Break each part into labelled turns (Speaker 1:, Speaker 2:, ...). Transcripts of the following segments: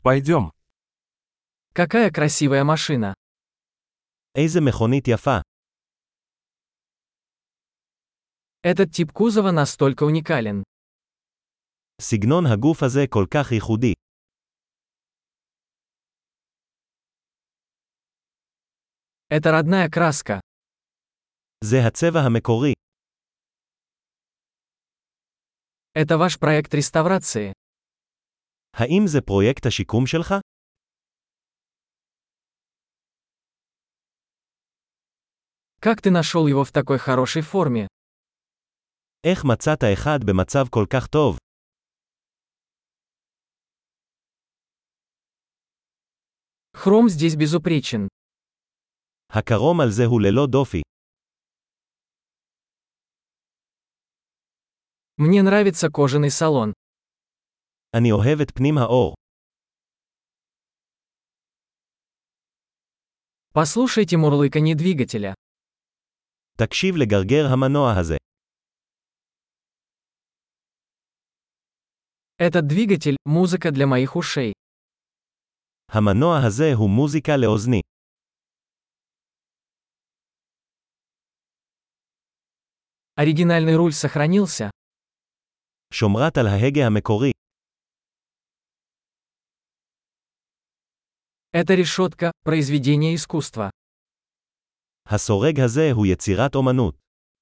Speaker 1: Пойдем.
Speaker 2: Какая красивая машина.
Speaker 3: איזה מכונית יפה.
Speaker 2: Этот тип кузова настолько уникален.
Speaker 3: סגנון הגוף הזה כל כך ייחודי.
Speaker 2: Это родная краска.
Speaker 3: זה הצבע המקורי.
Speaker 2: Это ваш проект реставрации.
Speaker 3: האם זה פרויקט השיקום שלך?
Speaker 2: Как ты нашел его в такой хорошей форме?
Speaker 3: איך מצאת אחד במצב כל כך טוב?
Speaker 2: Хром здесь безупречен.
Speaker 3: הקרום על זה הוא ללא דופי.
Speaker 2: Мне нравится кожаный салон.
Speaker 3: אני אוהב את פנים האור.
Speaker 2: Послушайте мурлыканье двигателя.
Speaker 3: תקשיב לגרגר המנוע הזה.
Speaker 2: Этот двигатель – музыка для моих ушей.
Speaker 3: המנוע הזה הוא מוזיקה לאוזני.
Speaker 2: Оригинальный руль сохранился.
Speaker 3: שומרת על ההגה המקורי.
Speaker 2: Эта решетка – произведение искусства.
Speaker 3: הסורג הזה הוא יצירת אומנות.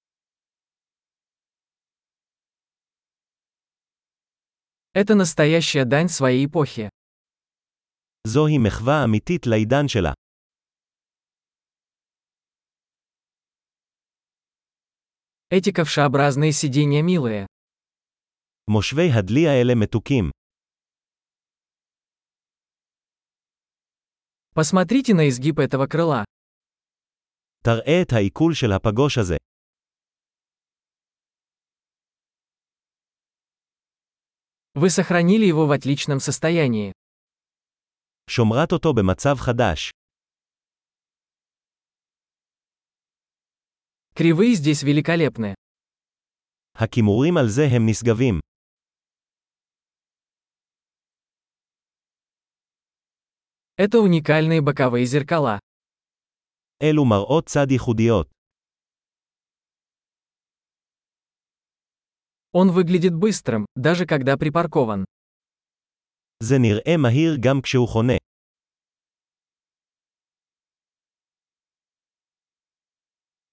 Speaker 2: Это настоящая дань своей эпохи.
Speaker 3: זוהי מחווה אמיתית לעידן שלה.
Speaker 2: Эти ковшеобразные сиденья милые.
Speaker 3: מושבי הדלי האלה מתוקים.
Speaker 2: Посмотрите на изгиб этого крыла.
Speaker 3: תראה את העיכול של הפגוש הזה.
Speaker 2: Вы сохранили его в отличном состоянии.
Speaker 3: שומרת אותו במצב חדש.
Speaker 2: Кривые здесь великолепны.
Speaker 3: הכימורים על זה הם נשגבים.
Speaker 2: Это уникальные боковые зеркала.
Speaker 3: אלו מראות צד ייחודיות.
Speaker 2: Он выглядит быстрым, даже когда припаркован.
Speaker 3: זה נראה מהיר גם כשהוא חונה.